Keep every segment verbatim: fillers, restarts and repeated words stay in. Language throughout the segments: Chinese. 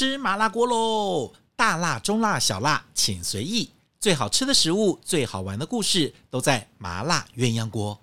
吃麻辣锅喽！大辣、中辣、小辣，请随意。最好吃的食物，最好玩的故事，都在麻辣鸳鸯锅。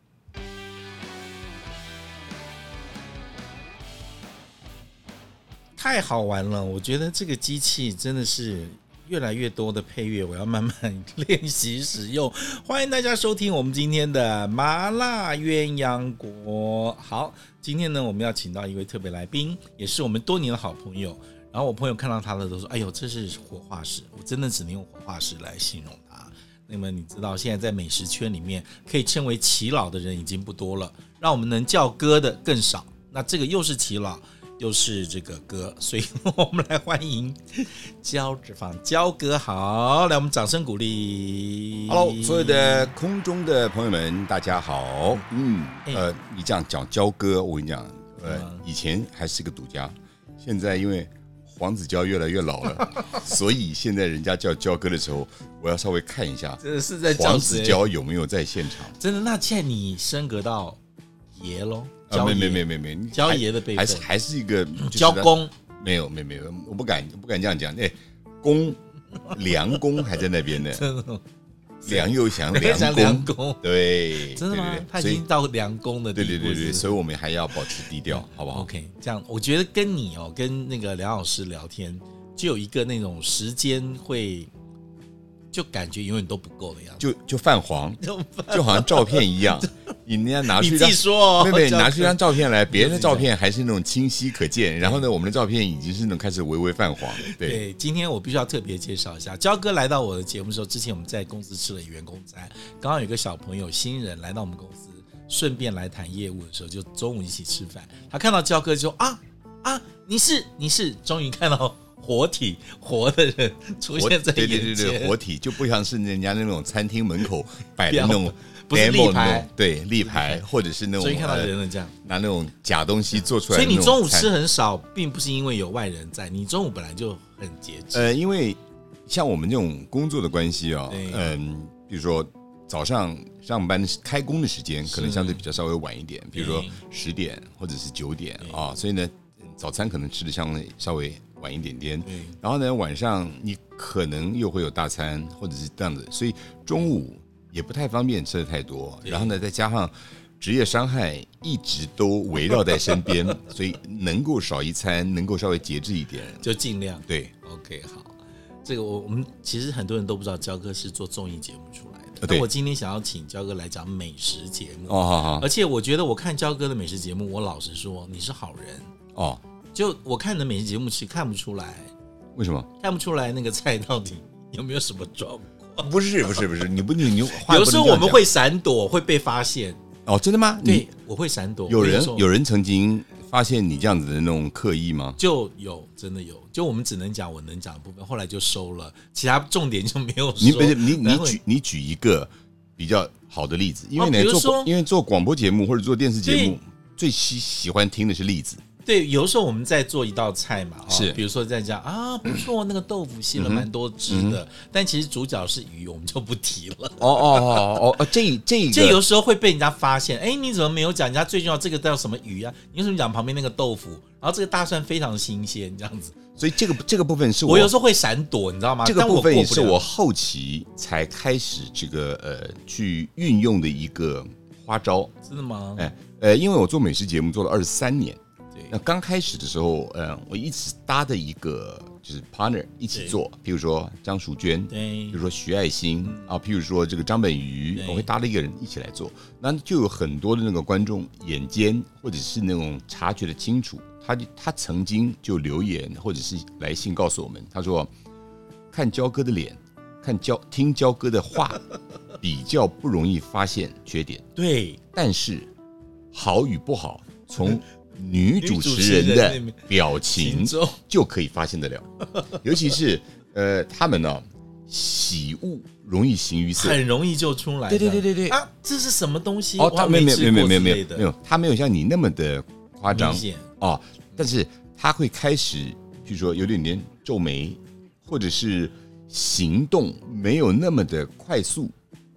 太好玩了，我觉得这个机器真的是越来越多的配乐，我要慢慢练习使用。欢迎大家收听我们今天的麻辣鸳鸯锅。好，今天呢，我们要请到一位特别来宾，也是我们多年的好朋友。然后我朋友看到他的都说：“哎呦，这是活化石！”我真的只能用活化石来形容他。那么你知道，现在在美食圈里面，可以称为耆老的人已经不多了，让我们能叫哥的更少。那这个又是耆老，又是这个哥，所以我们来欢迎焦志芳焦哥。好，来我们掌声鼓励。 Hello， 所有的空中的朋友们，大家好。嗯，呃，你这样讲焦哥，我跟你讲，呃，以前还是个赌家，现在因为黄子佼越来越老了，所以现在人家叫焦哥的时候，我要稍微看一下， 真的是在叫黄子佼有没有在现场。 真的，那现在你升格到爷喽？ 啊，没没没没没， 焦爷的辈分还是还是一个焦公， 没有没有没有，我不敢不敢这样讲。哎，公梁公还在那边呢，梁又祥梁梁公， 对， 真的吗？他已经到梁公的地步， 对对对对，所以我们还要保持低调，好不好 ？OK， 这样我觉得跟你哦，跟那个梁老师聊天，就有一个那种时间会，就感觉永远都不够的样子， 就就泛黄，就好像照片一样。你人家拿出一张， 你自己说、哦， 妹妹拿出一张照片来，别人的照片还是那种清晰可见，然后呢，我们的照片已经是那种开始微微泛黄。对， 对，今天我必须要特别介绍一下，焦哥来到我的节目的时候，之前我们在公司吃了员工餐，刚好有一个小朋友新人来到我们公司，顺便来谈业务的时候，就中午一起吃饭，他看到焦哥就说啊啊，你是你是，终于看到活体活的人出现在眼前， 对对对对，活体就不像是人家那种餐厅门口摆的那种。 不是立牌， 对立牌，或者是那种， 所以看到人了这样拿那种假东西做出来的。 所以你中午吃很少，并不是因为有外人在，你中午本来就很节制。 呃，因为像我们这种工作的关系啊、哦，嗯，比如说早上上班开工的时间可能相对比较稍微晚一点，比如说十点或者是九点啊、哦，所以呢，早餐可能吃的相对稍微晚一点点。然后呢，晚上你可能又会有大餐或者是这样子，所以中午也不太方便吃的太多，然后呢，再加上职业伤害一直都围绕在身边，所以能够少一餐，能够稍微节制一点， 就尽量。 对 ，OK， 好，这个我我们其实很多人都不知道焦哥是做综艺节目出来的。 对， 那我今天想要请焦哥来讲美食节目哦，好好。 而且我觉得我看焦哥的美食节目，我老实说，你是好人哦。 就我看你的美食节目，其实看不出来， 为什么看不出来那个菜到底有没有什么状况？ 不是不是不是，你不你你有时候我们会闪躲，会被发现。 哦，真的吗？ 对，我会闪躲。 有人有人曾经发现你这样子的那种刻意吗？ 就有，真的有。就我们只能讲我能讲的部分，后来就收了，其他重点就没有收。 你不是你你举你举一个比较好的例子，因为呢、哦、做因为做广播节目或者做电视节目，最喜喜欢听的是例子。 对，有的时候我们在做一道菜嘛， 是， 比如说在讲啊，不错，那个豆腐吸了蛮多汁的，嗯、但其实主角是鱼，我们就不提了。 哦哦哦哦，这这个， 这有时候会被人家发现，哎，你怎么没有讲？人家最重要这个叫什么鱼啊？你为什么讲旁边那个豆腐？然后这个大蒜非常新鲜，这样子。 所以这个这个部分是我， 我有时候会闪躲，你知道吗？ 这个部分也是我后期才开始这个呃去运用的一个花招。 真的吗？ 哎呃，因为我做美食节目做了二十三年。那刚开始的时候，嗯，我一直搭的一个就是 partner 一起做，譬如说张淑娟， 对， 比如说徐爱欣、嗯、啊，譬如说这个张本鱼，我会搭了一个人一起来做，那就有很多的那个观众眼尖或者是那种察觉的清楚，他他曾经就留言或者是来信告诉我们，他说看焦哥的脸，看焦听焦哥的话，比较不容易发现缺点， 对， 但是好与不好从女主持人的表情就可以发现得了，尤其是呃，他们呢、哦、喜恶容易形于色， 很容易就出来。 对对对对对啊，这是什么东西？ 哦，他没有没有没有没有没有没有，他没有像你那么的夸张哦， 但是他会开始，譬如说有点点皱眉，或者是行动没有那么的快速。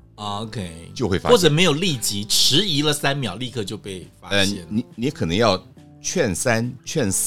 OK， 就会发现， 或者没有立即迟疑了三秒，立刻就被发现。 呃、你你可能要劝三劝四，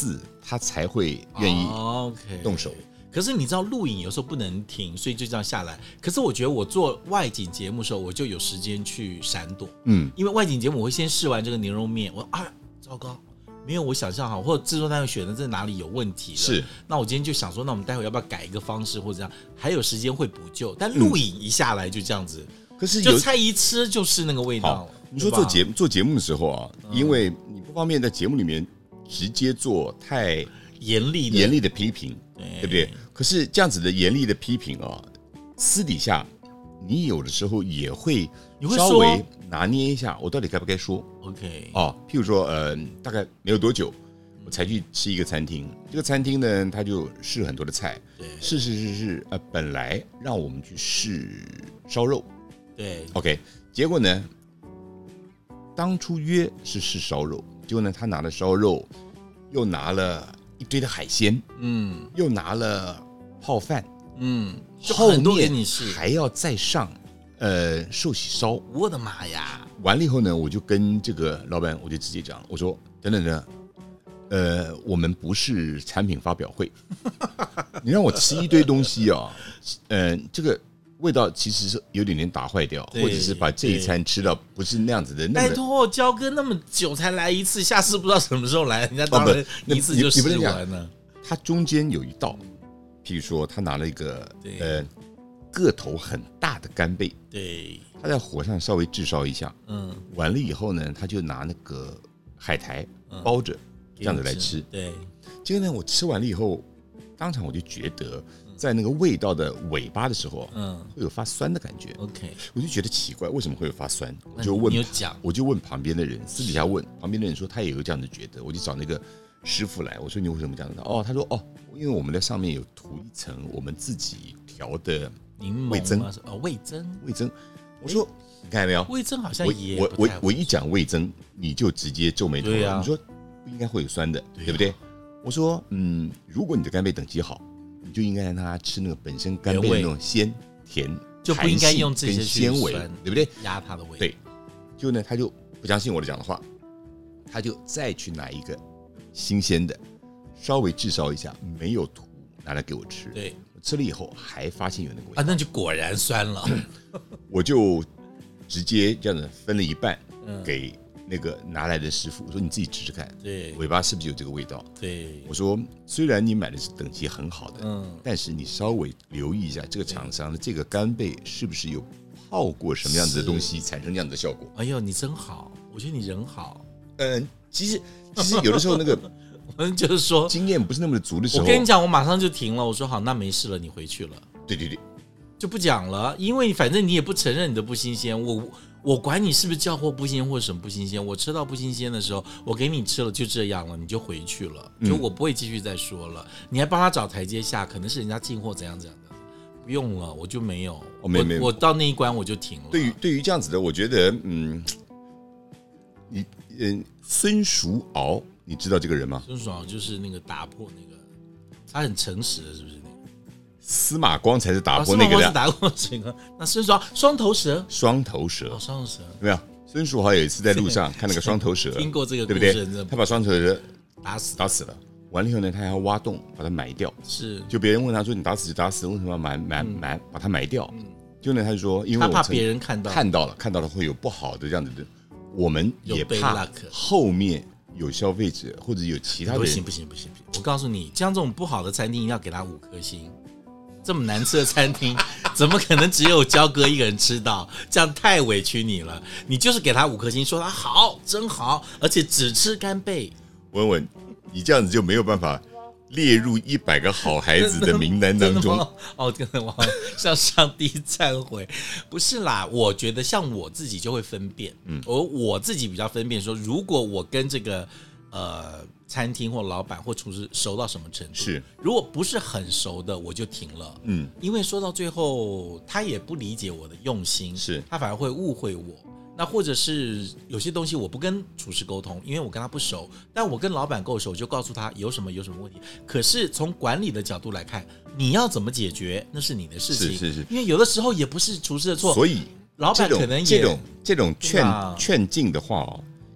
他才会愿意动手。 哦 okay 可是你知道录影有时候不能停，所以就这样下来。可是我觉得我做外景节目的时候，我就有时间去闪躲，嗯，因为外景节目我会先试完这个牛肉面，我啊糟糕，没有我想象好，或者制作单位选的这哪里有问题了， 是。 那我今天就想说，那我们待会要不要改一个方式或者这样，还有时间会补救。但录影一下来就这样子， 嗯、可是就菜一吃就是那个味道了。 你说做节目做节目的时候啊，嗯、因为你不方便在节目里面直接做太严厉严厉的批评。对不对？可是这样子的严厉的批评啊，私底下你有的时候也会稍微拿捏一下，我到底该不该说 ？OK 哦，譬如说，呃，大概没有多久，我才去吃一个餐厅，这个餐厅呢，它就试很多的菜，试试试试，呃，本来让我们去试烧肉， 对 ，OK， 结果呢，当初约是试烧肉，结果呢，他拿了烧肉，又拿了一堆的海鲜，嗯，又拿了泡饭， 嗯， 后面还要再上呃寿喜烧。 我的妈呀！ 完了以后呢，我就跟这个老板，我就直接讲，我说等等等，呃，我们不是产品发表会，你让我吃一堆东西啊，呃，这个味道其实是有点点打坏掉，或者是把这一餐吃到不是那样子的。 拜托，焦哥那么久才来一次，下次不知道什么时候来，人家当然一次就吃完了。 他中间有一道，譬如说他拿了一个呃个头很大的干贝， 对， 他在火上稍微炙烧一下，嗯，完了以后呢，他就拿那个海苔包着、嗯、这样子来吃， 对。 结果呢，我吃完了以后，当场我就觉得。在那个味道的尾巴的时候，嗯，会有发酸的感觉。 OK， 我就觉得奇怪，为什么会有发酸？我就问，我就问旁边的人，私底下问旁边的人说，他也有这样的觉得。我就找那个师傅来，我说你为什么这样子？哦，他说哦，因为我们在上面有涂一层我们自己调的味增， 哦，味增， 味增。我说你看到没有？ 味增好像也我我我一讲味增，你就直接皱眉头了。啊、你说不应该会有酸的，对, 啊、对不对？我说嗯，如果你的干贝等级好。你就应该让他吃那个本身干贝的那种鲜甜， 就不应该用这些纤维，对不对？ 压它的味。 对，就呢，他就不相信我的讲的话，他就再去拿一个新鲜的，稍微炙烧一下，没有涂，拿来给我吃。 对， 我吃了以后还发现有那个味道啊，那就果然酸了。 我就直接这样子分了一半给。那个拿来的师傅，我说你自己吃吃看， 对， 尾巴是不是有这个味道？ 对， 我说虽然你买的是等级很好的，嗯，但是你稍微留意一下这个厂商的这个干贝是不是有泡过什么样子的东西，产生这样的效果？ 哎呦，你真好，我觉得你人好。 嗯，其实其实有的时候那个， 我就是说经验不是那么的足的时候， 我跟你讲，我马上就停了。我说好，那没事了，你回去了。 对对对， 就不讲了，因为反正你也不承认你的不新鲜，我。我管你是不是叫货不新鲜或者什么不新鲜，我吃到不新鲜的时候，我给你吃了就这样了，你就回去了，就我不会继续再说了。嗯、你还帮他找台阶下，可能是人家进货怎样怎样的，不用了，我就没有， 哦、没没我我到那一关我就停了。 对于对于这样子的，我觉得，嗯，你嗯，孙淑敖，你知道这个人吗？ 孙淑敖就是那个打破那个，他很诚实的，是不是？ 司马光才是打破那个的， 是打过这个。那孙淑敖双头蛇， 双头蛇， 哦，双头蛇， 有没有？孙淑敖有一次在路上看那个双头蛇， 听过这个故事，对不对？他把双头蛇打死， 打死了。完了以后呢，他还要挖洞把它埋掉。 是， 就别人问他说：“你打死就打死，为什么要埋埋埋把它埋掉？”嗯，就呢，他就说：“因为我他怕别人看到， 看到了，看到了会有不好的这样子的，我们也怕后面有消费者或者有其他的人。” 不行不行不行不行！我告诉你，像这种不好的餐厅，一定要给他五颗星。这么难吃的餐厅，怎么可能只有焦哥一个人吃到？这样太委屈你了。你就是给他五颗星，说他好，真好，而且只吃干贝。 文文，你这样子就没有办法列入一百个好孩子的名单当中。 哦，真的吗？向上帝忏悔。不是啦，我觉得像我自己就会分辨，嗯，我我自己比较分辨说，如果我跟这个呃。餐厅或老板或厨师熟到什么程度？ 是， 如果不是很熟的，我就停了。嗯，因为说到最后，他也不理解我的用心， 是他反而会误会我。那或者是有些东西我不跟厨师沟通，因为我跟他不熟，但我跟老板够熟，我就告诉他有什么有什么问题。可是从管理的角度来看，你要怎么解决，那是你的事情。 是是是， 因为有的时候也不是厨师的错， 所以老板可能也这种这种劝劝进的话哦。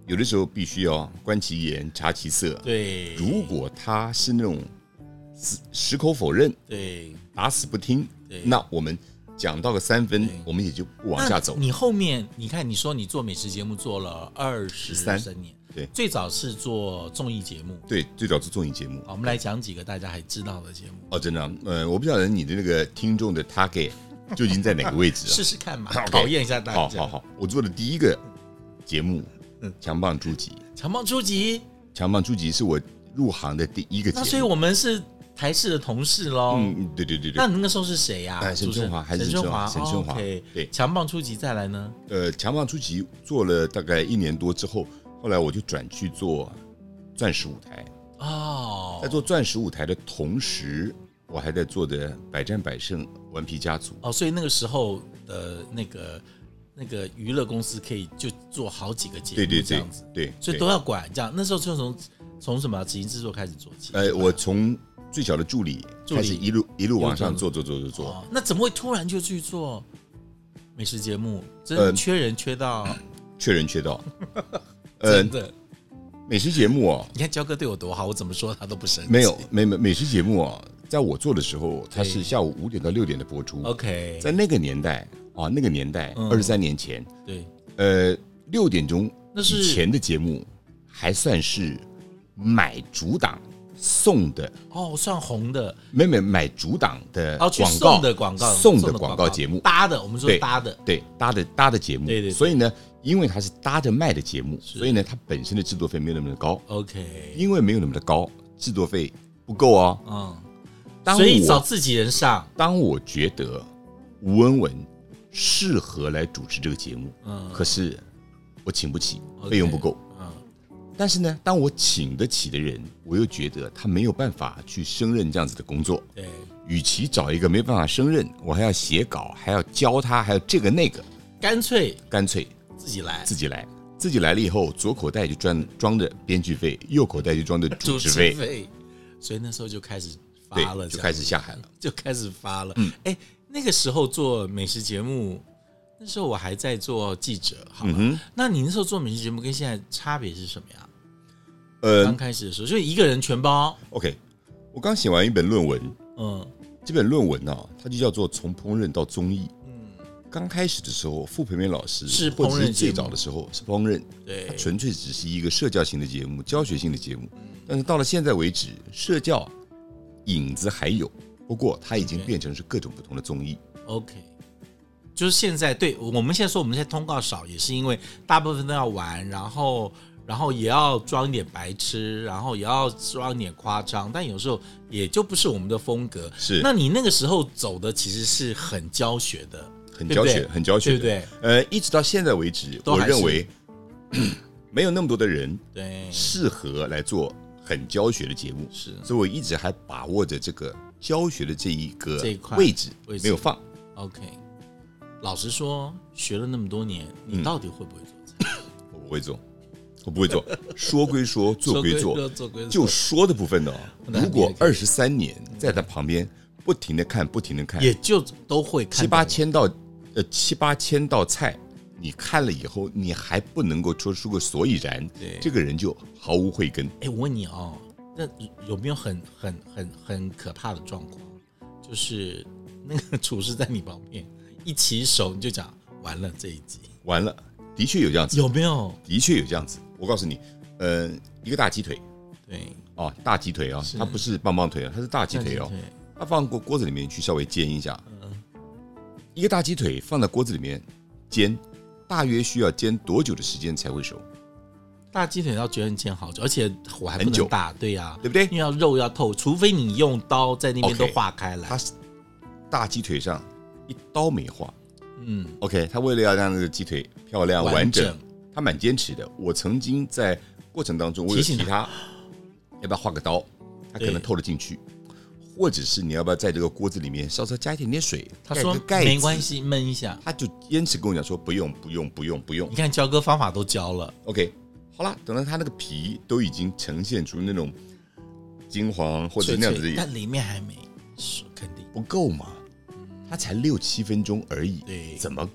有的时候必须要观其言，察其色。 对， 如果他是那种矢口否认， 对， 打死不听， 对， 那我们讲到个三分，我们也就不往下走。 你后面你看，你说你做美食节目做了二十三年， 对， 最早是做综艺节目， 对，最早做综艺节目。 好，我们来讲几个大家还知道的节目。 哦，真的、啊，呃，我不晓得你的那个听众的 target 究竟在哪个位置、啊， 试试看嘛，考验一下大家。 好好好，我做的第一个节目，强棒出击， 强棒出击， 强棒出击是我入行的第一个节目， 那所以我们是台视的同事喽。 嗯，对对对对。 那你那个时候是谁呀、啊？ 沈春华还是沈春华？ 沈春华。 OK， 对， 强棒出击再来呢？ 呃，强棒出击做了大概一年多之后，后来我就转去做钻石舞台。 哦， 在做钻石舞台的同时，我还在做的百战百胜顽皮家族。 哦，所以那个时候的那个那个娱乐公司可以就做好几个节目， 对对对， 这样子， 对， 所以都要管这样。那时候就从从什么执行制作开始做起？ 呃，我从最小的助理开始一路一路往上做做做做做、 哦。那怎么会突然就去做美食节目？真的缺人缺到，呃、 缺人缺到， 真的。 美食节目哦， 你看焦哥对我多好，我怎么说他都不生气。 没有，美美美食节目哦，在我做的时候，它是下午五点到六点的播出。 OK， 在那个年代啊，那个年代二十三年前， 对， 呃，六点钟那是以前的节目还算是买主档送的哦，算红的， 没没买主档的哦， 广告的广告送的广告节目搭的，我们说搭的， 对搭的搭的节目， 对对。 所以呢，因为它是搭着卖的节目，所以呢，它本身的制作费没有那么的高。 OK， 因为没有那么的高，制作费不够啊。 嗯，所以找自己人上。 当我觉得吴文文适合来主持这个节目，嗯，可是我请不起，费用不够。嗯，但是呢，当我请得起的人，我又觉得他没有办法去胜任这样子的工作。 对， 与其找一个没办法胜任，我还要写稿，还要教他，还要这个那个， 干脆干脆自己来， 自己来。自己来了以后，左口袋就装装着编剧费，右口袋就装着主持费， 所以那时候就开始发了， 就开始下海了， 就开始发了。嗯，哎，那个时候做美食节目，那时候我还在做记者，好吧？嗯、那你那时候做美食节目跟现在差别是什么呀？呃，刚开始的时候就一个人全包。 OK， 我刚写完一本论文， 嗯， 这本论文呢、啊，它就叫做《从烹饪到综艺》。刚开始的时候，傅培梅老师是或者是最早的时候是烹饪， 对， 它纯粹只是一个社交型的节目、教学性的节目。但是到了现在为止，社交影子还有，不过它已经变成是各种不同的综艺。 OK， 就是现在对我们现在说我们现在通告少，也是因为大部分都要玩，然后然后也要装一点白痴，然后也要装一点夸张，但有时候也就不是我们的风格。 是， 那你那个时候走的其实是很教学的。 很教学，对对很教学， 对不对？ 呃，一直到现在为止，我认为没有那么多的人对适合来做很教学的节目， 是， 所以我一直还把握着这个教学的这一个这一块位置，没有放。 OK， 老实说，学了那么多年，你到底会不会做菜？ 嗯、我不会做，我不会做。说归说，做归做， 说做归做就说的部分呢、哦，如果二十三年在他旁边不停的看，不停的看， 也就都会看七八千道。呃，七八千道菜，你看了以后，你还不能够说出个所以然，这个人就毫无慧根。 哎，我问你哦，那有没有很很很很可怕的状况？就是那个厨师在你旁边一起手，你就讲完了这一集， 完了，的确有这样子， 有没有？ 的确有这样子。我告诉你，呃，一个大鸡腿， 对， 哦，大鸡腿啊、哦，它不是棒棒腿啊，它是大鸡腿哦，它放过锅子里面去稍微煎一下。一个大鸡腿放在锅子里面煎，大约需要煎多久的时间才会熟？ 大鸡腿要煎煎好久，而且火还不能大，对呀、啊， 对不对？ 因为要肉要透，除非你用刀在那边都划开来。 它大鸡腿上一刀没划， 嗯 ，OK， 他为了要让那个鸡腿漂亮完整， 完整他蛮坚持的。我曾经在过程当中，我有提他要不要画个刀，他可能透得进去。或者是你要不要在这个锅子里面稍稍加一点点水？ 他说没关系，焖一下。 他就坚持跟我讲说不用不用不用不用。 你看焦哥方法都教了 ，OK， 好了，等到他那个皮都已经呈现出那种金黄或者那样子的， 但里面还没，肯定不够嘛。他才六七分钟而已， 对， 怎么够？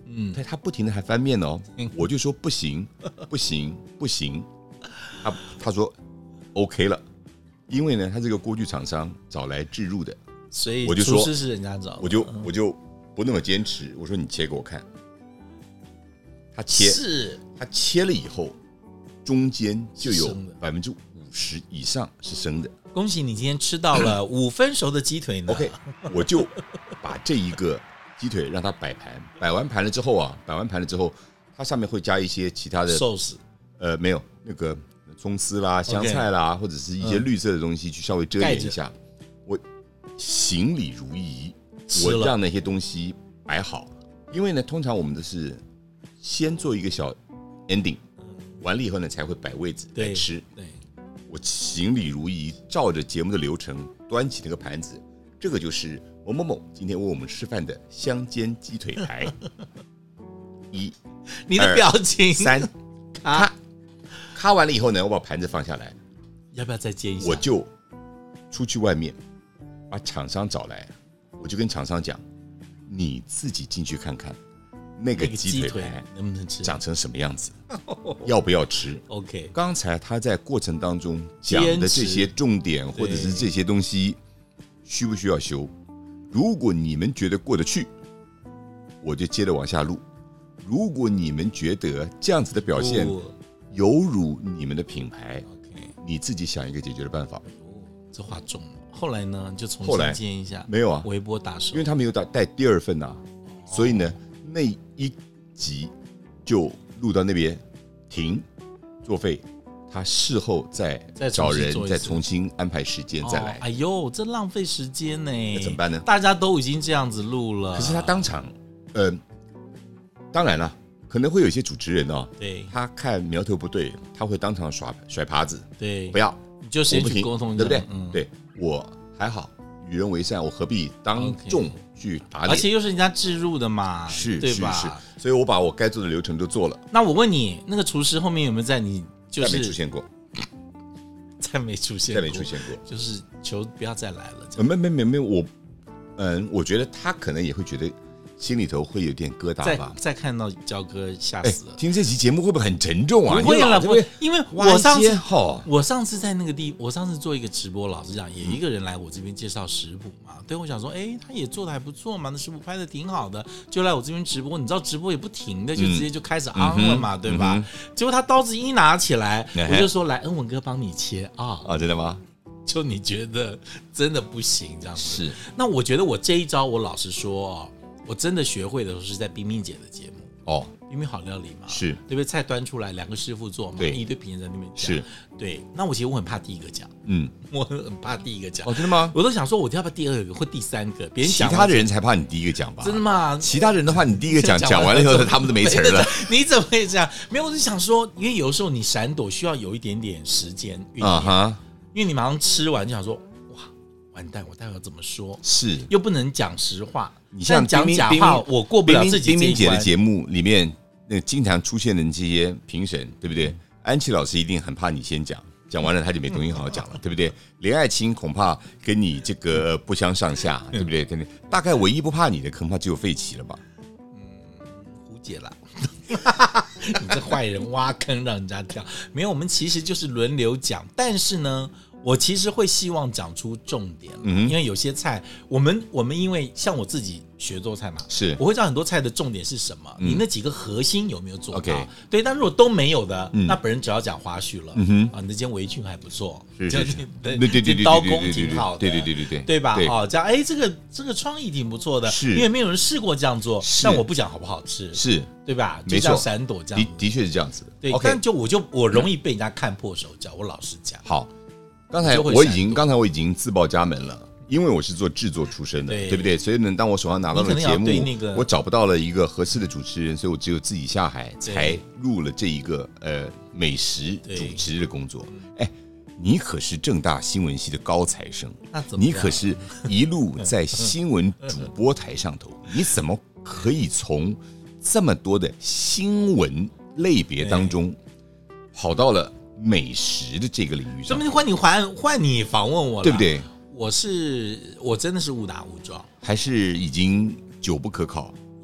嗯，他他不停的还翻面哦，我就说不行不行不行，他他说 OK 了，因为呢他这个锅具厂商找来置入的， 所以我就说厨师是人家找的， 我就我就不那么坚持，我说你切给我看，他切是他切了以后，中间就有百分之五十以上是生的。 恭喜你今天吃到了五分熟的鸡腿呢。 OK， 我就把这一个鸡腿让它摆盘，摆完盘了之后啊，摆完盘了之后，它上面会加一些其他的寿司， 呃，没有那个葱丝啦、香菜啦， okay, 或者是一些绿色的东西去稍微遮掩一下。我行礼如仪，我让那些东西摆好，因为呢，通常我们的是先做一个小 ending， 完了以后呢，才会摆位置来吃。 对。 我行礼如仪，照着节目的流程端起那个盘子，这个就是某某某今天为我们吃饭的香煎鸡腿排。一， 你的表情三，咔咔完了以后呢，我把盘子放下来， 要不要再煎一下？ 我就出去外面把厂商找来，我就跟厂商讲，你自己进去看看。那个鸡腿排能不能吃？ 长成什么样子？要不要吃 ？OK。 刚才他在过程当中讲的这些重点，或者是这些东西，需不需要修？如果你们觉得过得去，我就接着往下录；如果你们觉得这样子的表现有辱你们的品牌， OK， 你自己想一个解决的办法。 哦，这话重了。后来呢，就重新煎一下。 没有啊， 微波打手， 因为他没有带第二份啊，所以呢。那一集就录到那边停作废，他事后再找人再重新安排时间再来。 哦、哎呦，这浪费时间呢！ 那怎么办呢？ 大家都已经这样子录了， 可是他当场，呃，当然了，可能会有一些主持人哦， 对， 他看苗头不对，他会当场耍甩耙子， 对， 不要， 你就先去沟通一下， 对不对？ 嗯、 对我还好，与人为善，我何必当众去打脸？ 而且又是人家置入的嘛， 是， 对吧？ 是是，所以我把我该做的流程都做了。 那我问你，那个厨师后面有没有在你就是再没出现过？ 再没出现过，再没出现过， 就是求不要再来了。 没没没没，我嗯，我觉得他可能也会觉得心里头会有点疙瘩吧。 再看到焦哥吓死了、 欸，听这期节目会不会很沉重啊？ 不会了，不会，因为我上次我上次在那个地，我上次做一个直播，老实讲，也一个人来我这边介绍食谱嘛。对，我想说，哎、欸，他也做的还不错嘛，那食谱拍的挺好的，就来我这边直播。你知道直播也不停的，就直接就开始 on 了嘛，嗯、对吧、嗯？结果他刀子一拿起来，嗯、我就说来，恩文哥帮你切啊啊，真的吗？ 就你觉得真的不行这样子？ 是。 那我觉得我这一招，我老实说哦。我真的学会的时候是在冰冰姐的节目哦， 冰冰好料理嘛， 是对不对？菜端出来，两个师傅做嘛，一堆评人在那边讲， 是， 对。那我其实我很怕第一个讲， 嗯， 我很怕第一个讲。 哦，真的吗？ 我都想说，我要不要第二个或第三个？别人讲， 其他的人才怕你第一个讲吧？ 真的吗？ 其他人的话，你第一个讲讲完了以后，他们都没词了。 你怎么会这样？没有，我就想说，因为有时候你闪躲需要有一点点时间酝酿， uh-huh. 因为你马上吃完就想说。完蛋，我待会要怎么说？ 是， 又不能讲实话。 你像讲假话，我过不了自己这一关。 冰冰姐的节目里面，那经常出现的这些评审，对不对？安琪老师一定很怕你先讲，讲完了他就没东西好好讲了，对不对？连爱卿恐怕跟你这个不相上下，对不对？对不对？大概唯一不怕你的，恐怕只有费奇了吧？ 嗯，胡姐啦。你这坏人挖坑让人家跳，没有，我们其实就是轮流讲，但是呢。我其实会希望讲出重点，嗯，因为有些菜，我们我们因为像我自己学做菜嘛， 是我会知道很多菜的重点是什么，嗯、你那几个核心有没有做到？ okay, 对，但如果都没有的，嗯、那本人只要讲花絮了，嗯哼，啊，你那件围裙还不错， 是是是， 对对对对， 刀工挺好的， 对对对对对， 对吧？哦，这样，哎，这个这个创意挺不错的， 是， 因为没有人试过这样做，但我不讲好不好吃， 是， 对吧？就像闪躲这样， 的的确是这样子的， 对，但就我就我容易被人家看破手脚，我老实讲， 好。刚才我已经，刚才我已经自报家门了，因为我是做制作出身的， 对, 对不对？所以呢，当我手上拿到了节目， 那个、 我找不到了一个合适的主持人，所以我只有自己下海，才入了这一个呃美食主持的工作。哎，你可是政大新闻系的高材生，你可是一路在新闻主播台上头，你怎么可以从这么多的新闻类别当中跑到了？美食的这个领域上， 说明换你换换你访问我了， 对不对？ 我是我真的是误打误撞， 还是已经久不可考？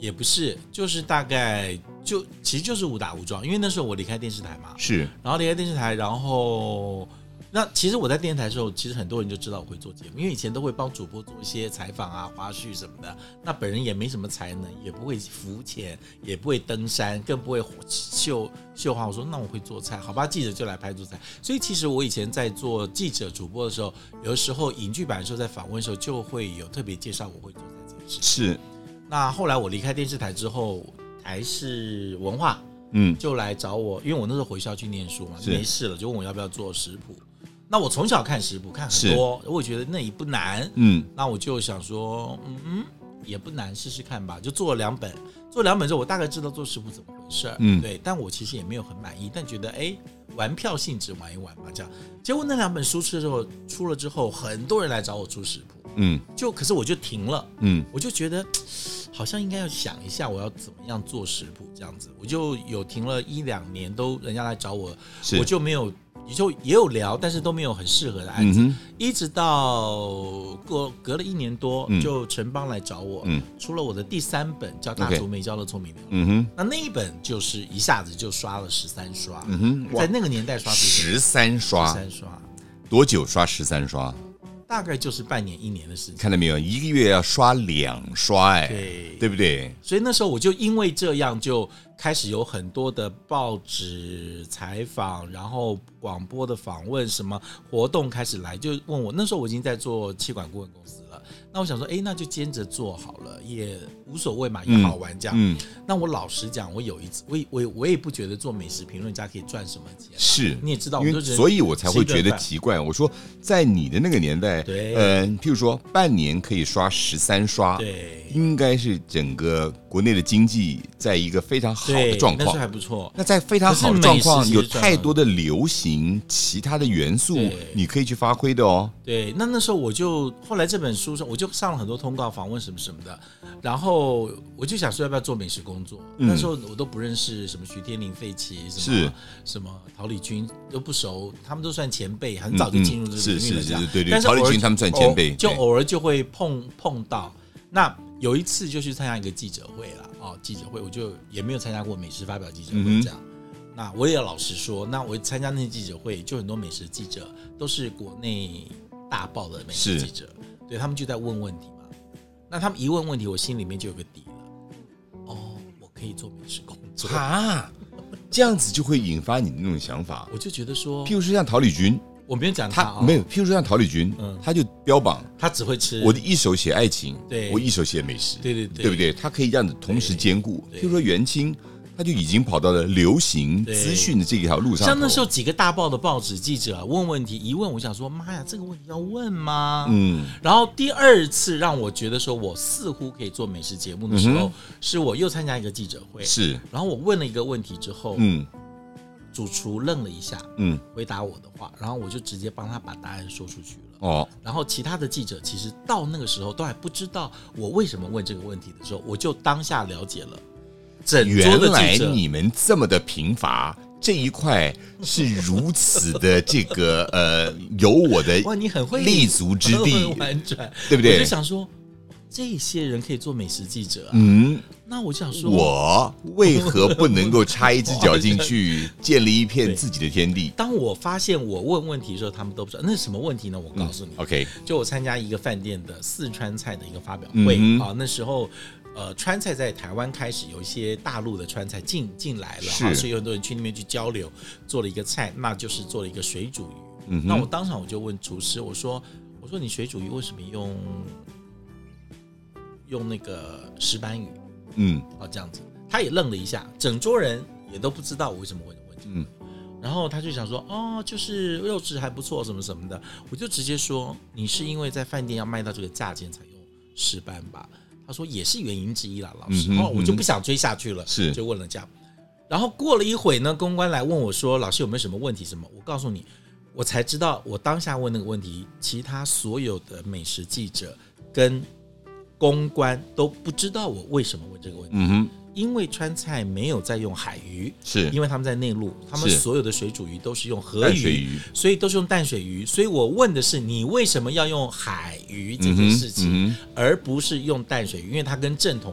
也不是，就是大概就其实就是误打误撞，因为那时候我离开电视台嘛， 是， 然后离开电视台，然后。那其实我在电视台的时候，其实很多人就知道我会做节目，因为以前都会帮主播做一些采访啊、花絮什么的。那本人也没什么才能，也不会浮潜，也不会登山，更不会绣绣花。我说那我会做菜，好吧，记者就来拍做菜。所以其实我以前在做记者主播的时候，有的时候影剧版的时候，在访问的时候就会有特别介绍我会做菜这件事。 是。 那后来我离开电视台之后，台视文化嗯就来找我，因为我那时候回校去念书嘛，没事了，就问我要不要做食谱。那我从小看食谱看很多，我也觉得那也不难，嗯，那我就想说，嗯嗯，也不难，试试看吧，就做了两本，做两本之后，我大概知道做食谱怎么回事，嗯，对，但我其实也没有很满意，但觉得哎，玩票性质玩一玩吧，这样。结果那两本书出了之后，出了之后，很多人来找我出食谱，嗯，就可是我就停了，嗯，我就觉得好像应该要想一下我要怎么样做食谱这样子，我就有停了一两年，都人家来找我，我就没有。也就也有聊，但是都没有很适合的案子，嗯、一直到隔隔了一年多，嗯、就陈邦来找我，嗯、出了我的第三本叫《大厨没教的聪明料理》，嗯、那那一本就是一下子就刷了十三刷，嗯、在那个年代刷十三刷， 十三刷， 多久刷十三刷？ 大概就是半年一年的时间， 看到没有？一个月要刷两刷，哎，对，对不对？ 所以那时候我就因为这样，就开始有很多的报纸采访，然后广播的访问，什么活动开始来，就问我。那时候我已经在做企管顾问公司了，那我想说，哎，那就兼着做好了，也无所谓嘛，也好玩这样。嗯嗯、那我老实讲，我有一次，我我我也不觉得做美食评论家可以赚什么钱， 是， 你也知道， 因为所以我才会觉得奇怪。我说，在你的那个年代。 对， 呃，譬如说半年可以刷十三刷， 对， 应该是整个国内的经济在一个非常好的状况， 那是还不错。 那在非常好的状况，有太多的流行其他的元素，你可以去发挥的哦。 对，那那时候我就后来这本书上，我就上了很多通告访问什么什么的，然后我就想说要不要做美食工作。嗯、那时候我都不认识什么徐天林、费奇，什么什么陶礼君都不熟，他们都算前辈，很早就进入这个领域了。这样， 对对对，陶礼君他们算前辈， 就偶尔就会碰碰到。那有一次就去参加一个记者会了，哦，记者会我就也没有参加过美食发表记者会这样。嗯、那我也老实说，那我参加那些记者会，就很多美食记者都是国内大报的美食记者，对他们就在问问题嘛。那他们一问问题，我心里面就有个底了。哦，我可以做美食工作啊，这样子就会引发你的那种想法。 我就觉得说， 譬如说像陶礼君。 我没有讲 他, 他、 哦、没有，譬如说像陶礼君，嗯，他就标榜他只会吃， 我的一手写爱情， 对， 我一手写美食， 对对对， 对不对？他可以这样子同时兼顾。譬如说元青，他就已经跑到了流行资讯的这一条路上。 像那时候几个大报的报纸记者、啊、问问题，一问我想说，妈呀，这个问题要问吗？嗯。然后第二次让我觉得说我似乎可以做美食节目的时候，嗯、是我又参加一个记者会， 是， 然后我问了一个问题之后，嗯。主厨愣了一下，嗯，回答我的话，然后我就直接帮他把答案说出去了。哦，然后其他的记者其实到那个时候都还不知道我为什么问这个问题的时候，我就当下了解了。整桌的记者， 原来你们这么的贫乏，这一块是如此的这个呃，有我的哇，你很会立足之地， 婉转， 对不对？ 我就想说，这些人可以做美食记者啊，嗯。那我就想说， 我为何不能够插一只脚进去，建立一片自己的天地？ 当我发现我问问题的时候，他们都不知道那是什么问题呢？我告诉你、 嗯、，OK， 就我参加一个饭店的四川菜的一个发表会、嗯、啊，那时候呃，川菜在台湾开始有一些大陆的川菜进进来了，啊，所以有很多人去那边去交流，做了一个菜，那就是做了一个水煮鱼。嗯、那我当场我就问厨师，我说我说你水煮鱼为什么用用那个石斑鱼？嗯，哦，这样子，他也愣了一下，整桌人也都不知道我为什么问问题。嗯，然后他就想说，哦，就是肉质还不错，什么什么的。我就直接说，你是因为在饭店要卖到这个价钱才用石斑吧？他说也是原因之一啦，老师。然后我就不想追下去了， 是就问了这样。然后过了一会呢，公关来问我说，老师有没有什么问题？什么？我告诉你，我才知道，我当下问那个问题，其他所有的美食记者跟公关都不知道我为什么问这个问题。嗯哼，因为川菜没有在用海鱼， 是因为他们在内陆，他们所有的水煮鱼都是用河鱼，鱼所以都是用淡水鱼。所以我问的是你为什么要用海鱼这件事情，嗯嗯、而不是用淡水鱼，因为它跟正统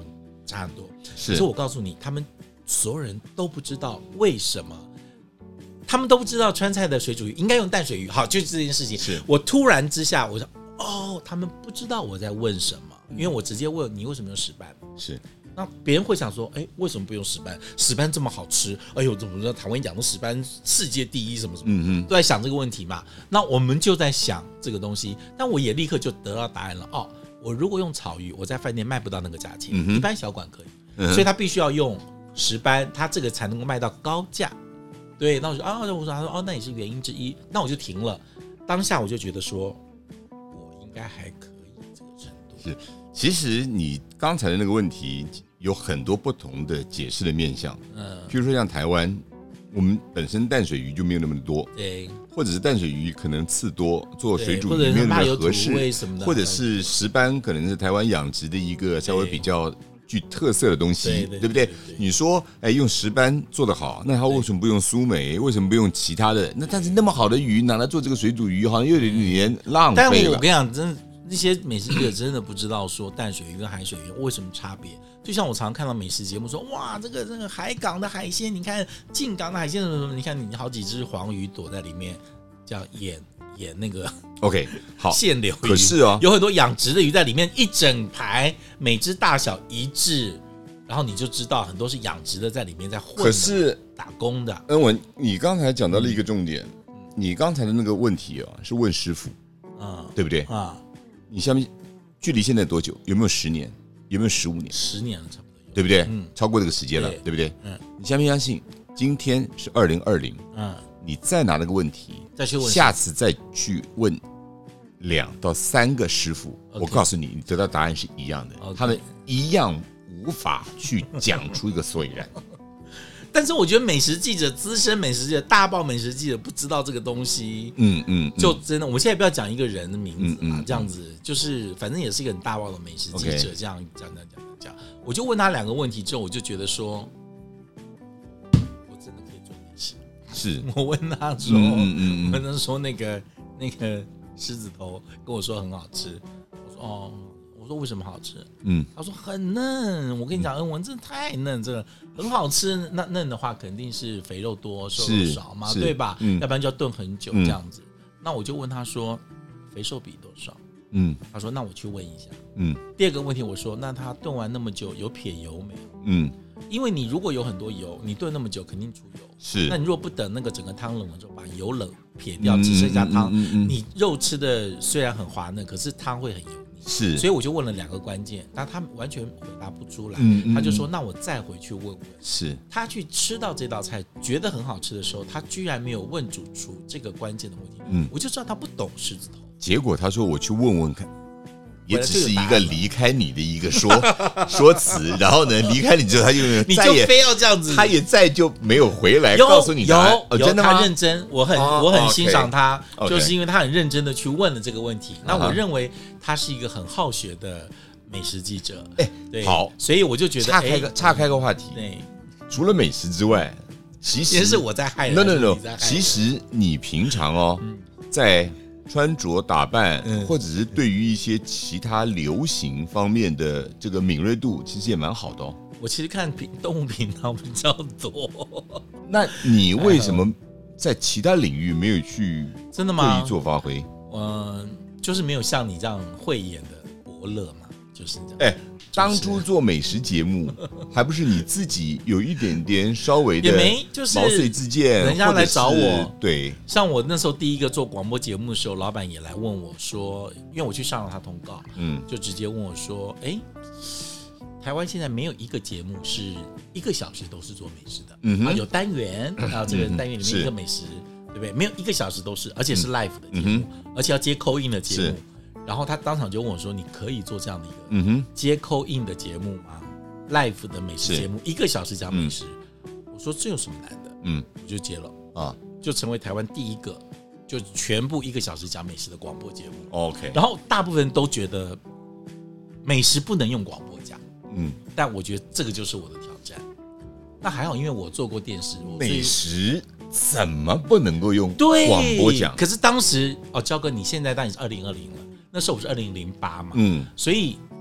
差很多。 是， 可是我告诉你，他们所有人都不知道为什么，他们都不知道川菜的水煮鱼应该用淡水鱼。好，就是这件事情。 是我突然之下，我说哦，他们不知道我在问什么，因为我直接问你为什么用石斑。 是。 那别人会想说，哎，为什么不用石斑？石斑这么好吃，哎呦，怎么说台湾养的石斑世界第一，什么什么，嗯都在想这个问题嘛。那我们就在想这个东西，但我也立刻就得到答案了。哦，我如果用草鱼，我在饭店卖不到那个价钱，嗯、一般小馆可以，嗯、所以他必须要用石斑，他这个才能够卖到高价。对，那我说啊，我说他说哦，那也是原因之一，那我就停了。当下我就觉得说，我应该还可以这个程度。 是。其实你刚才的那个问题有很多不同的解释的面向，嗯，譬如说像台湾，我们本身淡水鱼就没有那么多， 对， 或者是淡水鱼可能刺多，做水煮鱼没有那么合适，或者是石斑可能是台湾养殖的一个稍微比较具特色的东西， 对, 对, 对, 对不对？你说，哎，用石斑做得好，那他为什么不用苏梅？为什么不用其他的？那但是那么好的鱼拿来做这个水煮鱼，好像有点点浪费了。 但我跟你讲，真的。那些美食记者真的不知道说淡水鱼跟海水鱼为什么差别，就像我常常看到美食节目说，哇，这个这个海港的海鲜，你看进港的海鲜什么什么，你看你好几只黄鱼躲在里面，叫演演那个 OK 好现流鱼， 可是哦， 有很多养殖的鱼在里面，一整排，每只大小一致，然后你就知道很多是养殖的在里面在混的， 可是打工的。 恩文，你刚才讲到了一个重点，嗯、你刚才的那个问题啊，是问师傅，啊、嗯，对不对啊？你下面距离现在多久？有没有十年？有没有十五年？ 十年了，差不多有， 对不对？嗯，超过这个时间了， 对, 对不对？嗯，你相不相信？今天是二零二零，嗯，你再拿那个问题， 再去问， 下次再去问两到三个师傅， okay, 我告诉你，你得到答案是一样的， okay, 他们一样无法去讲出一个所以然。 但是我觉得美食记者、资深美食记者、大报美食记者不知道这个东西，嗯嗯，就真的，我们现在不要讲一个人的名字嘛，嗯嗯、这样子就是反正也是一个很大报的美食记者， okay, 这样讲讲讲讲，我就问他两个问题之后，我就觉得说，我真的可以做美食。 是我问他说，嗯嗯嗯、我问他说那个那个狮子头跟我说很好吃，我说哦。我说为什么好吃？嗯，他说很嫩。我跟你讲，恩文真的太嫩，这个很好吃。那嫩的话，肯定是肥肉多，瘦肉少嘛，对吧？嗯、要不然就要炖很久这样子。嗯、那我就问他说，肥瘦比多少？嗯，他说那我去问一下。嗯，第二个问题我说，那他炖完那么久，有撇油没有？嗯，因为你如果有很多油，你炖那么久肯定出油。 是， 那你如果不等那个整个汤冷了之后，把油冷撇掉，只剩下汤，嗯嗯嗯嗯、你肉吃的虽然很滑嫩，可是汤会很油。 是， 所以我就问了两个关键，但他完全回答不出来。嗯嗯、他就说：“那我再回去问问。” 是， 他去吃到这道菜觉得很好吃的时候，他居然没有问主厨这个关键的问题。嗯，我就知道他不懂狮子头。 结果他说：“我去问问看。”也只是一个离开你的一个说说辞，然后呢，离开你之后，他就你就非要这样子， 他也再就没有回来告诉你答案。 有、哦、 有，真的吗？ 他认真，我很、哦、我很欣赏他， okay, 就是因为他很认真的去问了这个问题。Okay. 那我认为他是一个很好学的美食记者。哎，对，好，所以我就觉得岔开个岔开个话题。 对， 除了美食之外，其实是我在害人。 no no no， 其实你平常哦，嗯、在穿着打扮，或者是对于一些其他流行方面的这个敏锐度，其实也蛮好的哦。 我其实看动物频道比较多。 那你为什么在其他领域没有去真的吗？ 做做发挥？ 嗯，就是没有像你这样慧眼的伯乐嘛，就是这样。 哎、欸。当初做美食节目，还不是你自己有一点点稍微的毛遂自荐， 人家来找我。 对， 像我那时候第一个做广播节目的时候，老板也来问我说，因为我去上了他通告，嗯，就直接问我说，哎，台湾现在没有一个节目是一个小时都是做美食的，嗯啊，有单元啊，这个单元里面一个美食，对不对？没有一个小时都是，而且是 live 的节目，而且要接 call in 的节目。然后他当场就问我说：“你可以做这样的一个嗯哼接 call in 的节目吗 ？live 的美食节目，一个小时讲美食。嗯”我说：“这有什么难的？”嗯，我就接了啊，就成为台湾第一个就全部一个小时讲美食的广播节目。 OK， 然后大部分人都觉得美食不能用广播讲，嗯，但我觉得这个就是我的挑战。那还好，因为我做过电视， 美食怎么不能够用广播讲？ 可是当时哦，焦哥，你现在当然是二零二零了。那时候我是二零零八嘛，嗯，所以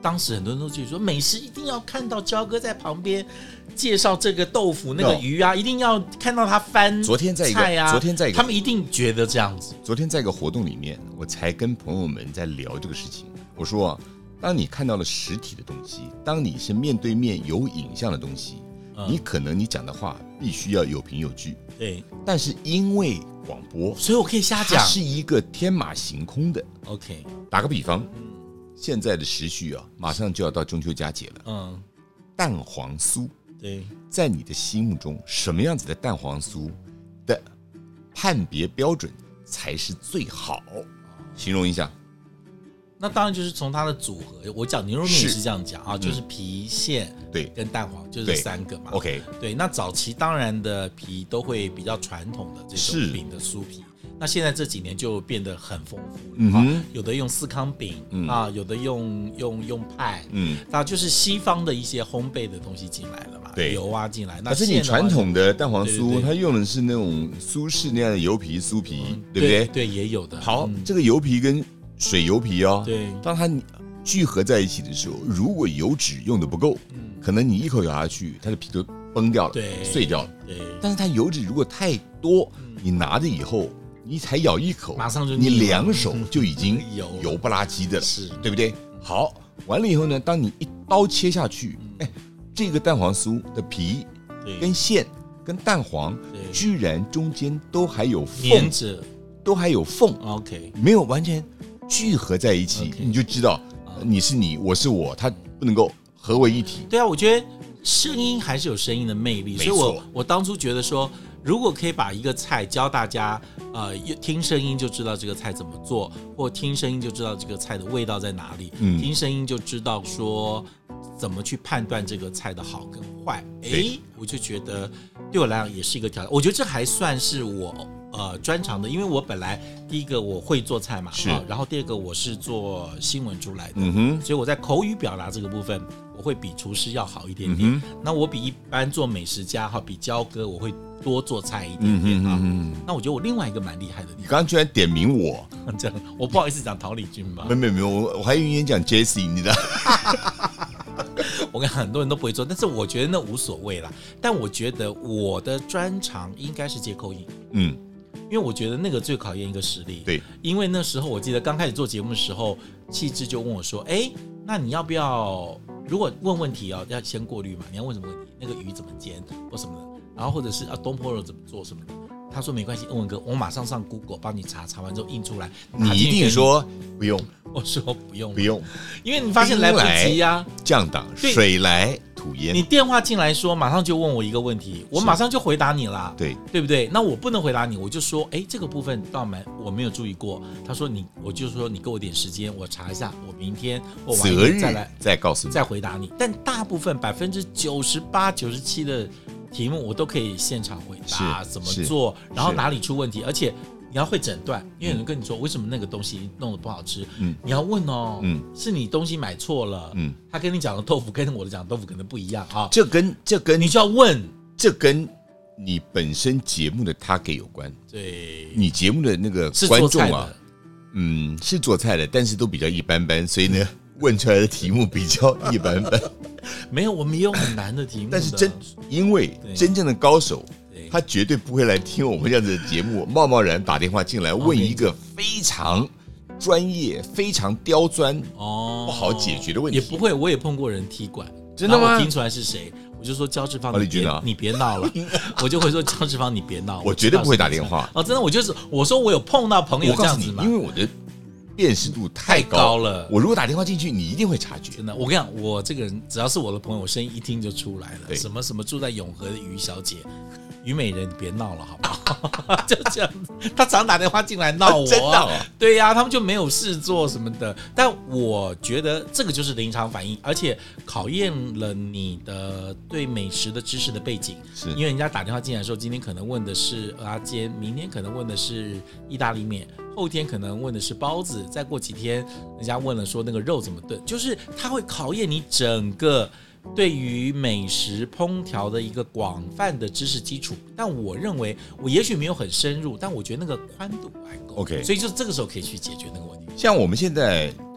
当时很多人都觉得说，美食一定要看到焦哥在旁边介绍这个豆腐那个鱼啊， no, 一定要看到他翻昨天在一个菜啊， 昨天在一个他们一定觉得这样子。 昨天在一个活动里面，我才跟朋友们在聊这个事情。我说啊，当你看到了实体的东西，当你是面对面有影像的东西，嗯、你可能你讲的话必须要有凭有据。 对， 但是因为广播， 所以我可以瞎讲， 它是一个天马行空的。 OK， 打个比方。嗯，现在的时序啊，马上就要到中秋佳节了。嗯，蛋黄酥， 对， 在你的心目中，什么样子的蛋黄酥的判别标准才是最好？形容一下。 那当然就是从它的组合，我讲牛肉面也是这样讲啊，就是皮馅对跟蛋黄就是三个嘛。 OK， 对，那早期当然的皮都会比较传统的这种饼的酥皮。那现在这几年就变得很丰富，嗯啊、有的用司康饼、嗯、啊，有的用用用派，嗯，那就是西方的一些烘焙的东西进来了嘛， 对， 油啊进来。 那是你传统的蛋黄酥，它用的是那种苏式那样的油皮酥皮，嗯、对不对？ 对，也有的。 好，嗯、这个油皮跟水油皮哦， 对， 当它聚合在一起的时候，如果油脂用的不够，嗯，可能你一口咬下去，它的皮都崩掉了， 对， 碎掉了， 对。 但是它油脂如果太多，嗯、你拿着以后。你才咬一口， 马上就你两手就已经油不拉几的了， 是对不对？好，完了以后呢，当你一刀切下去，哎，这个蛋黄酥的皮跟馅跟蛋黄，居然中间都还有缝，都还有缝 ，OK， 没有完全聚合在一起， okay, 你就知道你是你，我是我，它不能够合为一体。 对啊，我觉得声音还是有声音的魅力，所以我我当初觉得说。如果可以把一个菜教大家，呃，听声音就知道这个菜怎么做，或听声音就知道这个菜的味道在哪里，嗯、听声音就知道说怎么去判断这个菜的好跟坏。哎，我就觉得对我来讲也是一个挑战。我觉得这还算是我呃专长的，因为我本来第一个我会做菜嘛， 是， 啊、然后第二个我是做新闻出来的，嗯哼，所以我在口语表达这个部分，我会比厨师要好一点点。嗯、那我比一般做美食家哈，比焦哥我会。多做菜一点点啊，嗯、那我觉得我另外一个蛮厉害的地方， 你刚刚居然点名我， 这样我不好意思讲陶礼君吧？ 没有没有没有，我还以为你讲 Jessie， 你的。 我跟很多人都不会做，但是我觉得那无所谓啦。但我觉得我的专长应该是接口音，嗯，因为我觉得那个最考验一个实力。 对， 因为那时候我记得刚开始做节目的时候，气质就问我说：“哎，那你要不要？如果问问题啊，要先过滤嘛？你要问什么问题？那个鱼怎么煎或什么的？”然后或者是啊东坡肉怎么做什么的，他说没关系，文文哥，我马上上 Google 帮你查，查完之后印出来。 你一定说不用， 我说不用， 不用， 因为你发现来不及呀、啊， 降档，水来土淹。 你电话进来说，马上就问我一个问题，我马上就回答你啦， 对对不对？那我不能回答你，我就说，哎，这个部分倒没我没有注意过。他说你，我就说你给我点时择我查一下，我明天或晚一再来再告诉你， 再回答你。但大部分百分之九十八、九十七的。题目我都可以现场回答，怎么做，然后哪里出问题，而且你要会诊断，因为有人跟你说为什么那个东西弄得不好吃，嗯，你要问哦，嗯，是你东西买错了，嗯，他跟你讲的豆腐跟我的讲的豆腐可能不一样啊， 这跟这跟你就要问， 这跟你本身节目的 target 有关， 对， 你节目的那个观众啊，嗯，是做菜的，但是都比较一般般，所以呢，问出来的题目比较一般般。 没有，我们也有很难的题目的， 但是真因为真正的高手，他绝对不会来听我们这样子的节目，贸贸然打电话进来问一个非常专业、非常刁钻、哦不好解决的问题。 也不会，我也碰过人踢馆， 真的吗？ 我听出来是谁，我就说焦志芳，你别、啊、你别闹了，我就会说焦志芳，你别闹。 我绝对不会打电话哦，真的，我就是我说我有碰到朋友这样子嘛， 因为我的。辨识度太 高, 太高了，我如果打电话进去，你一定会察觉。 真的，我跟你讲，我这个人只要是我的朋友，我声音一听就出来了。什么什么住在永和的于小姐，虞美人，你别闹了好不好？就这样子，他常打电话进来闹我、啊， 真的、哦， 对呀、啊，他们就没有事做什么的。但我觉得这个就是临场反应，而且考验了你的对美食的知识的背景。 是因为人家打电话进来的时候，今天可能问的是蚵仔煎，明天可能问的是意大利面。后天可能问的是包子，再过几天人家问了说那个肉怎么炖，就是它会考验你整个对于美食烹调的一个广泛的知识基础。但我认为我也许没有很深入，但我觉得那个宽度还够 OK， 所以就这个时候可以去解决那个问题。 像我们现在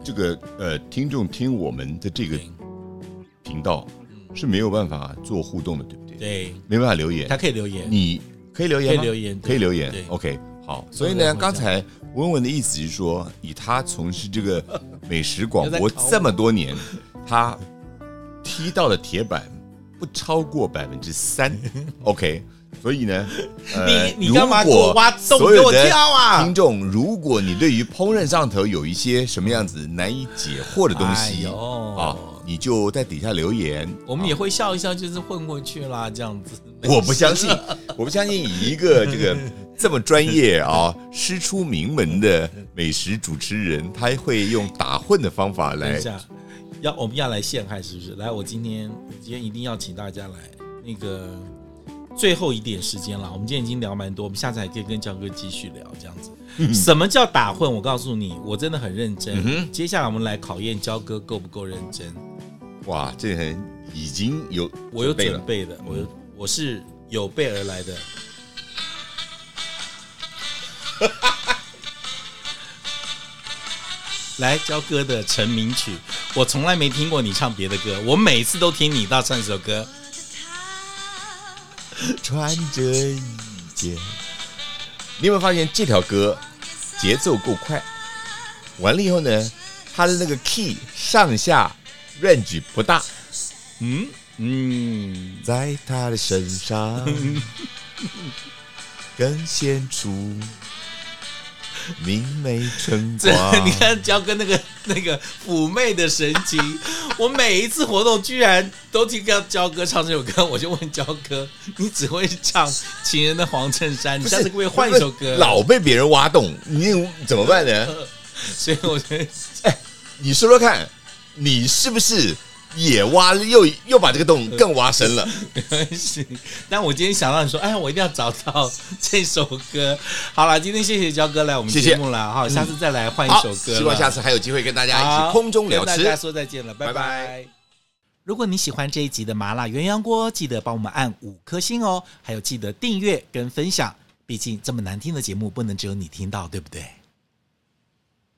这个呃听众听我们的这个频道是没有办法做互动的，对不对？ 对， 没办法留言。 他可以留言， 你可以留言吗？ 可以留言， 可以留言。OK， 好。所以呢，刚才文文的意思是说，以他从事这个美食广播这么多年，他踢到的铁板不超过百分之三。OK。所以呢， 呃、你你干嘛给我挖洞给我跳啊？ 听众，如果你对于烹饪上头有一些什么样子难以解惑的东西、哎、啊，你就在底下留言， 我们也会笑一笑，就是混过去啦，这样子。 我不相信，我不相信以一个这个这么专业啊、师出名门的美食主持人，他会用打混的方法来。 要我们要来陷害是不是？来，我今天我今天一定要请大家来那个。最后一点时间了，我们今天已经聊蛮多，我们下次还可以跟焦哥继续聊这样子。嗯、什么叫打混？我告诉你，我真的很认真。嗯、接下来我们来考验焦哥够不够认真。 哇，这人已经有我有准备的，我我是有备而来的。来，焦哥的成名曲，我从来没听过你唱别的歌，我每次都听你到唱一首歌。 穿着一件，你有没有发现这条歌节奏够快？完了以后呢，它的那个 key 上下 range 不大。 嗯嗯， 在他的身上更显出明媚春光。 你看焦哥那个那个妩媚的神情，我每一次活动居然都听到焦哥唱这首歌，我就问焦哥，你只会唱《情人的黄衬衫》，你下次可不可以换一首歌？ 老被别人挖洞，你怎么办呢？ 所以我觉得， 哎，你说说看，你是不是也挖又又把这个洞更挖深了？ 没关系，但我今天想到你说，哎，我一定要找到这首歌。好了，今天谢谢焦哥来我们节目了，哈，下次再来换一首歌。 希望下次还有机会跟大家一起空中聊吃。 跟大家说再见了，拜拜。拜拜。如果你喜欢这一集的麻辣鸳鸯锅，记得帮我们按五颗星哦，还有记得订阅跟分享，毕竟这么难听的节目不能只有你听到，对不对？